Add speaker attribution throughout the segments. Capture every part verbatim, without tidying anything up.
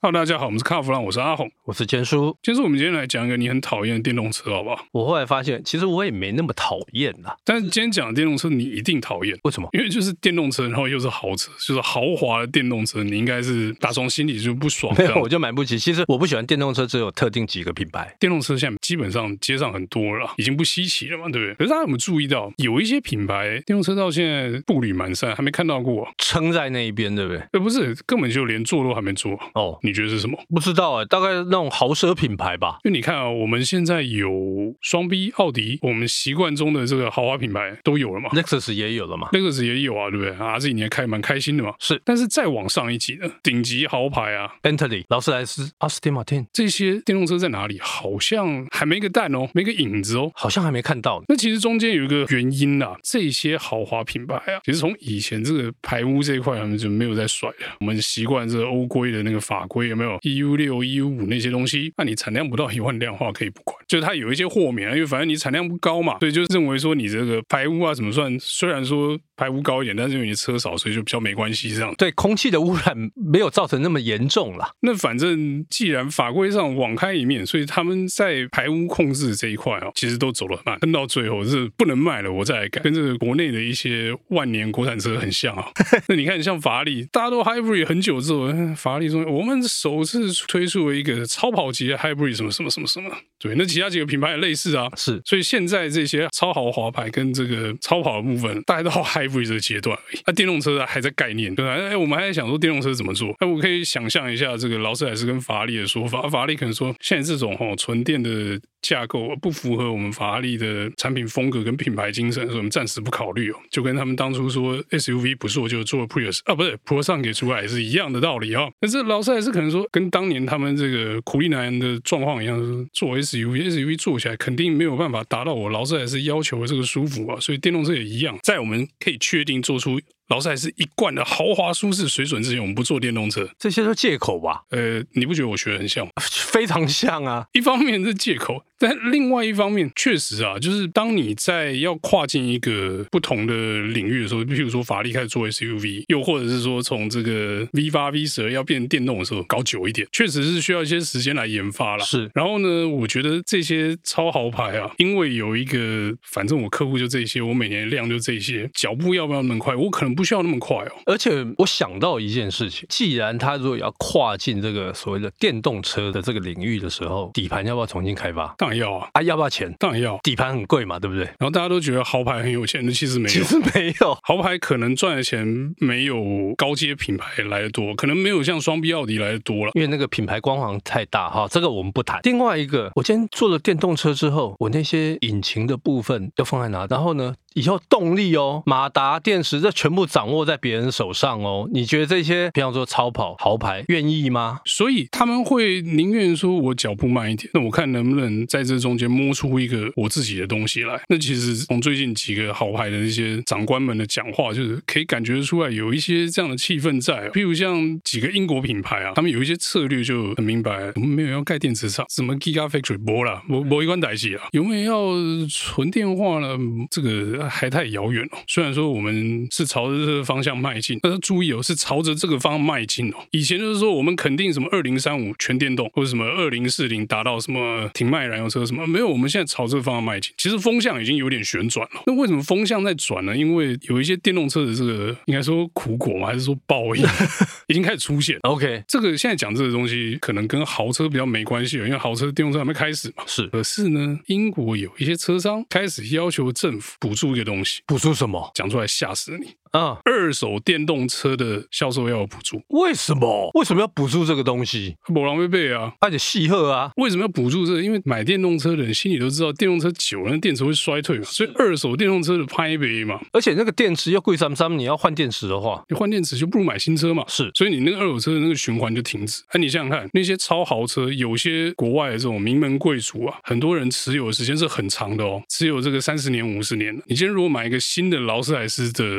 Speaker 1: Hello， 大家好，我们是卡弗朗，我是阿红，
Speaker 2: 我是坚叔。
Speaker 1: 坚叔，我们今天来讲一个你很讨厌的电动车，好不好？
Speaker 2: 我后来发现，其实我也没那么讨厌啦。
Speaker 1: 但是今天讲的电动车，你一定讨厌，
Speaker 2: 为什么？
Speaker 1: 因为就是电动车，然后又是豪车，就是豪华的电动车，你应该是打从心里就不爽。
Speaker 2: 没有，我就买不起。其实我不喜欢电动车，只有特定几个品牌。
Speaker 1: 电动车现在基本上街上很多了，已经不稀奇了嘛，对不对？可是大家有没有注意到，有一些品牌电动车到现在步履蹒跚，还没看到过，
Speaker 2: 撑在那一边，对不对？
Speaker 1: 呃，不是，根本就连做都还没做。
Speaker 2: 哦，
Speaker 1: 你觉得是什么？
Speaker 2: 不知道哎，大概那种豪奢品牌吧。
Speaker 1: 因为你看啊，我们现在有双 B、奥迪，我们习惯中的这个豪华品牌都有了嘛
Speaker 2: ，Lexus 也有了嘛
Speaker 1: ，Lexus 也有啊，对不对？啊，自己你还开蛮开心的嘛。
Speaker 2: 是，
Speaker 1: 但是再往上一级的顶级豪牌啊
Speaker 2: ，Bentley、劳斯莱斯、阿斯汀马汀
Speaker 1: 这些电动车在哪里？好像还没个蛋哦，没个影子哦，
Speaker 2: 好像还没看到。
Speaker 1: 那其实中间有一个原因啦，这些豪华品牌啊，其实从以前这个排污这一块，他们就没有在甩了。我们习惯这个欧规的那个法规有没有 E U 六、E U 五那些东西？那你产量不到一万辆的话，可以不管，就是它有一些豁免，因为反正你产量不高嘛，所以就认为说你这个排污啊怎么算，虽然说排污高一点，但是因为你的车少，所以就比较没关系这样。
Speaker 2: 对，空气的污染没有造成那么严重啦。
Speaker 1: 那反正既然法规上网开一面，所以他们在排污控制这一块哦，其实都走得很慢，跟到最后是不能卖了，我再来改，跟这个国内的一些万年国产车很像啊。那你看像法拉利，大家都 hybrid 很久之后，法拉利说我们首次推出了一个超跑级的 hybrid 什么什么什么什么，对，那其他几个品牌也类似啊，
Speaker 2: 是，
Speaker 1: 所以现在这些超豪华牌跟这个超跑的部分，大概到 hybrid 这个阶段而已。那、啊、电动车还在概念，对吧？哎，我们还在想说电动车怎么做？那我可以想象一下这个劳斯莱斯跟法拉利的说法，法拉利可能说现在这种哦纯电的架构不符合我们法拉利的产品风格跟品牌精神，所以我们暂时不考虑哦。就跟他们当初说 S U V 不是我就做 Prius 啊，不是 Pro 上给出来是一样的道理啊。但是劳斯莱斯可能说跟当年他们这个苦力男的状况一样，做 S U V，S U V 做起来肯定没有办法达到我劳斯莱斯要求的这个舒服啊，所以电动车也一样，在我们可以确定做出劳斯莱斯一贯的豪华舒适水准之前，我们不做电动车，
Speaker 2: 这些都借口吧？
Speaker 1: 呃，你不觉得我学得很像吗？
Speaker 2: 非常像啊！
Speaker 1: 一方面是借口，但另外一方面确实啊，就是当你在要跨进一个不同的领域的时候，譬如说法拉利开始做 S U V， 又或者是说从这个 V 八 V 十二要变电动的时候搞久一点，确实是需要一些时间来研发啦。
Speaker 2: 是，
Speaker 1: 然后呢，我觉得这些超豪牌啊，因为有一个，反正我客户就这些，我每年量就这些，脚步要不要那么快？我可能不需要那么快哦。
Speaker 2: 而且我想到一件事情，既然他如果要跨进这个所谓的电动车的这个领域的时候，底盘要不要重新开发？
Speaker 1: 当然要啊！
Speaker 2: 啊，要不要钱？
Speaker 1: 当然要。
Speaker 2: 底盘很贵嘛，对不对？
Speaker 1: 然后大家都觉得豪牌很有钱，那其实没有。
Speaker 2: 其实没有，
Speaker 1: 豪牌可能赚的钱没有高阶品牌来的多，可能没有像双 B 奥迪来的多了，
Speaker 2: 因为那个品牌光环太大哈。这个我们不谈。另外一个，我今天做了电动车之后，我那些引擎的部分要放在哪？然后呢？以后动力哦，马达、电池，这全部掌握在别人手上哦。你觉得这些，比方说超跑、豪牌，愿意吗？
Speaker 1: 所以他们会宁愿说我脚步慢一点，那我看能不能在这中间摸出一个我自己的东西来。那其实从最近几个豪牌的那些长官们的讲话，就是可以感觉出来有一些这样的气氛在。譬如像几个英国品牌啊，他们有一些策略就很明白，我们没有要盖电池厂，什么 Gigafactory 没啦，没没一关代志啦，有没有要纯电化呢？这个还太遥远了。虽然说我们是朝着这个方向迈进，但是注意哦，是朝着这个方向迈进哦。以前就是说我们肯定什么二零三五全电动，或者什么二零四零达到什么停卖燃油车什么，没有，我们现在朝这个方向迈进。其实风向已经有点旋转了。那为什么风向在转呢？因为有一些电动车的这个应该说苦果嘛，还是说报应已经开始出现。
Speaker 2: OK，
Speaker 1: 这个现在讲这个东西可能跟豪车比较没关系，因为豪车电动车还没开始嘛。
Speaker 2: 是，
Speaker 1: 可是呢，英国有一些车商开始要求政府补助一个东西。
Speaker 2: 补助什么？
Speaker 1: 讲出来吓死你！
Speaker 2: 啊，
Speaker 1: 二手电动车的销售要有补助。
Speaker 2: 为什么？为什么要补助这个东西？
Speaker 1: 没人会背啊，
Speaker 2: 而且细贺啊。
Speaker 1: 为什么要补助这个？因为买电动车的人心里都知道，电动车久了电池会衰退嘛，所以二手电动车的拍背嘛。
Speaker 2: 而且那个电池又贵三三，你要换电池的话，
Speaker 1: 你换电池就不如买新车嘛。
Speaker 2: 是，
Speaker 1: 所以你那个二手车的那个循环就停止。哎、啊，你想想看，那些超豪车，有些国外的这种名门贵族啊，很多人持有的时间是很长的哦，持有这个三十年、五十年。你今天如果买一个新的劳斯莱斯的电动车，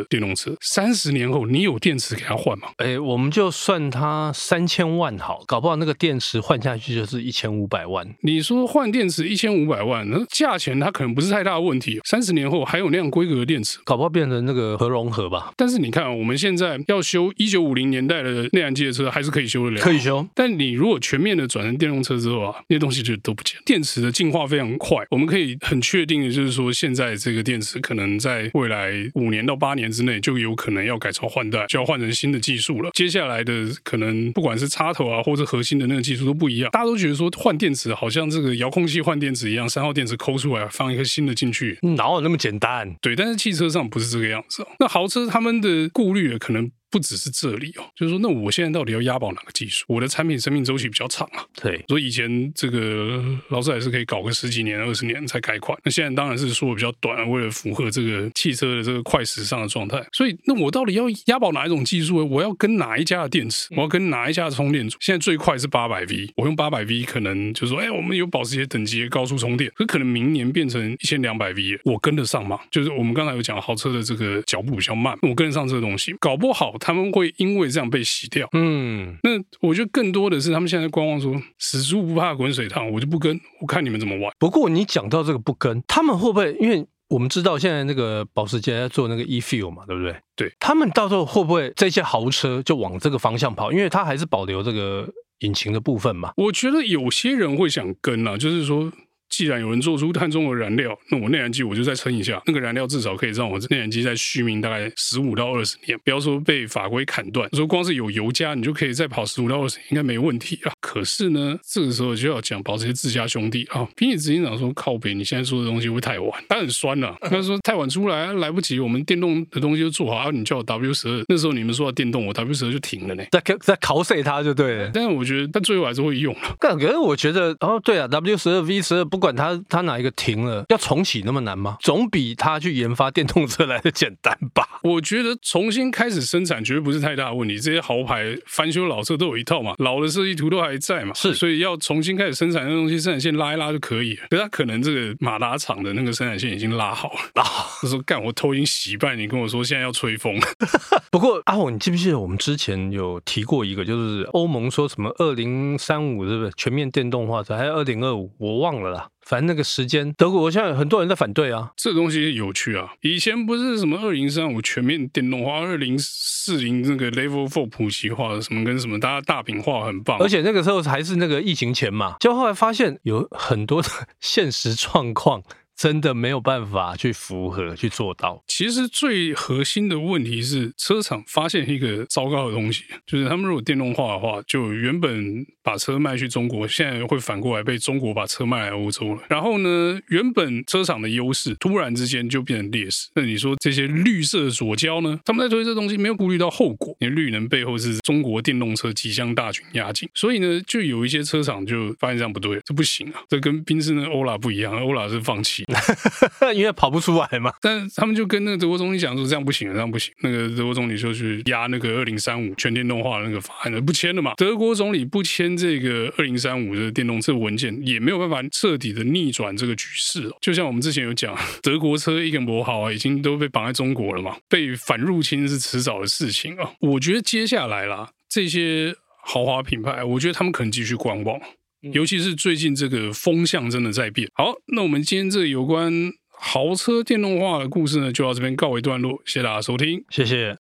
Speaker 1: 车，三十年后你有电池给它换吗？
Speaker 2: 哎，我们就算它三千万好，搞不好那个电池换下去就是一千五百万。
Speaker 1: 你说换电池一千五百万，那价钱它可能不是太大的问题。三十年后还有那样规格的电池，
Speaker 2: 搞不好变成那个核融合吧。
Speaker 1: 但是你看，我们现在要修一九五零年代的内燃机的车，还是可以修得了，
Speaker 2: 可以修。
Speaker 1: 但你如果全面的转成电动车之后啊，那些东西就都不见了。电池的进化非常快，我们可以很确定的就是说，现在这个电池可能在未来五年到八年之内就有可能要改朝换代，就要换成新的技术了。接下来的可能不管是插头啊，或者核心的那个技术都不一样。大家都觉得说换电池好像这个遥控器换电池一样，三号电池抠出来放一个新的进去，
Speaker 2: 哪有那么简单？
Speaker 1: 对，但是汽车上不是这个样子哦。那豪车他们的顾虑可能不只是这里哦，就是说，那我现在到底要押宝哪个技术？我的产品生命周期比较长啊。
Speaker 2: 对，
Speaker 1: 所以以前这个劳斯莱斯可以搞个十几年、二十年才改款，那现在当然是说的比较短，为了符合这个汽车的这个快时尚的状态。所以，那我到底要押宝哪一种技术？我要跟哪一家的电池？我要跟哪一家的充电组？现在最快是八百 V， 我用八百 V 可能就说，哎，我们有保时捷等级的高速充电，可可能明年变成一千两百 V， 我跟得上吗？就是我们刚才有讲豪车的这个脚步比较慢，我跟得上这个东西，搞不好他们会因为这样被洗掉。嗯，那我觉得更多的是他们现在观望说，死猪不怕滚水烫，我就不跟，我看你们怎么玩。
Speaker 2: 不过你讲到这个不跟，他们会不会因为？我们知道现在那个保时捷在做那个 e-fuel 嘛，对不对？
Speaker 1: 对，
Speaker 2: 他们到时候会不会这些豪车就往这个方向跑？因为它还是保留这个引擎的部分嘛。
Speaker 1: 我觉得有些人会想跟啊，就是说，既然有人做出碳中和燃料，那我内燃机我就再撑一下，那个燃料至少可以让我内燃机再续命大概十五到二十年，不要说被法规砍断。说光是有油加，你就可以再跑十五到二十年，应该没问题啊。可是呢，这个时候就要讲保时捷自家兄弟啊，宾利执行长说靠北，你现在做的东西会太晚，他很酸啊。他说太晚出来，来不及，我们电动的东西就做好啊，你叫我 W 十二，那时候你们说要电动，我 W 十二就停了呢，
Speaker 2: 在在考碎它就对了。
Speaker 1: 但是我觉得他最后还是会用了。
Speaker 2: 可是我觉得，哦对啊 ，W 十二 V 十二，不管它它哪一个停了，要重启那么难吗？总比他去研发电动车来的简单吧？
Speaker 1: 我觉得重新开始生产绝对不是太大的问题，这些豪牌翻修老车都有一套嘛，老的设计图都还在嘛，
Speaker 2: 是，
Speaker 1: 所以要重新开始生产那东西，生产线拉一拉就可以了。可是他可能这个马达厂的那个生产线已经拉好了，他说干，我头已经洗半，你跟我说现在要吹风。
Speaker 2: 不过阿宏，你记不记得我们之前有提过一个，就是欧盟说什么二零三五是不是全面电动化，还是二零二五？我忘了啦。反正那个时间，德国现在很多人在反对啊。
Speaker 1: 这东西有趣啊，以前不是什么二零三五全面电动化，二零四零那个 Level Four 普及化，什么跟什么，大家大饼化很棒。
Speaker 2: 而且那个时候还是那个疫情前嘛，就后来发现有很多的现实状况。真的没有办法去符合去做到。
Speaker 1: 其实最核心的问题是车厂发现一个糟糕的东西，就是他们如果电动化的话，就原本把车卖去中国，现在会反过来被中国把车卖来欧洲了。然后呢，原本车厂的优势突然之间就变成劣势。那你说这些绿色左胶呢？他们在推这东西没有顾虑到后果，因为绿能背后是中国电动车即将大军压境，所以呢，就有一些车厂就发现这样不对，这不行啊，这跟宾士那欧拉不一样，欧拉是放弃。
Speaker 2: 因为跑不出来嘛，
Speaker 1: 但他们就跟那个德国总理讲说这样不行，这样不行。那个德国总理就去压那个二零三五全电动化的那个法案，不签了嘛。德国总理不签这个二零三五的电动车文件，也没有办法彻底的逆转这个局势。就像我们之前有讲，德国车一根不好啊，已经都被绑在中国了嘛，被反入侵是迟早的事情啊。我觉得接下来啦，这些豪华品牌，我觉得他们可能继续观望。尤其是最近这个风向真的在变。好，那我们今天这个有关豪车电动化的故事呢，就到这边告一段落，谢谢大家收听，
Speaker 2: 谢谢。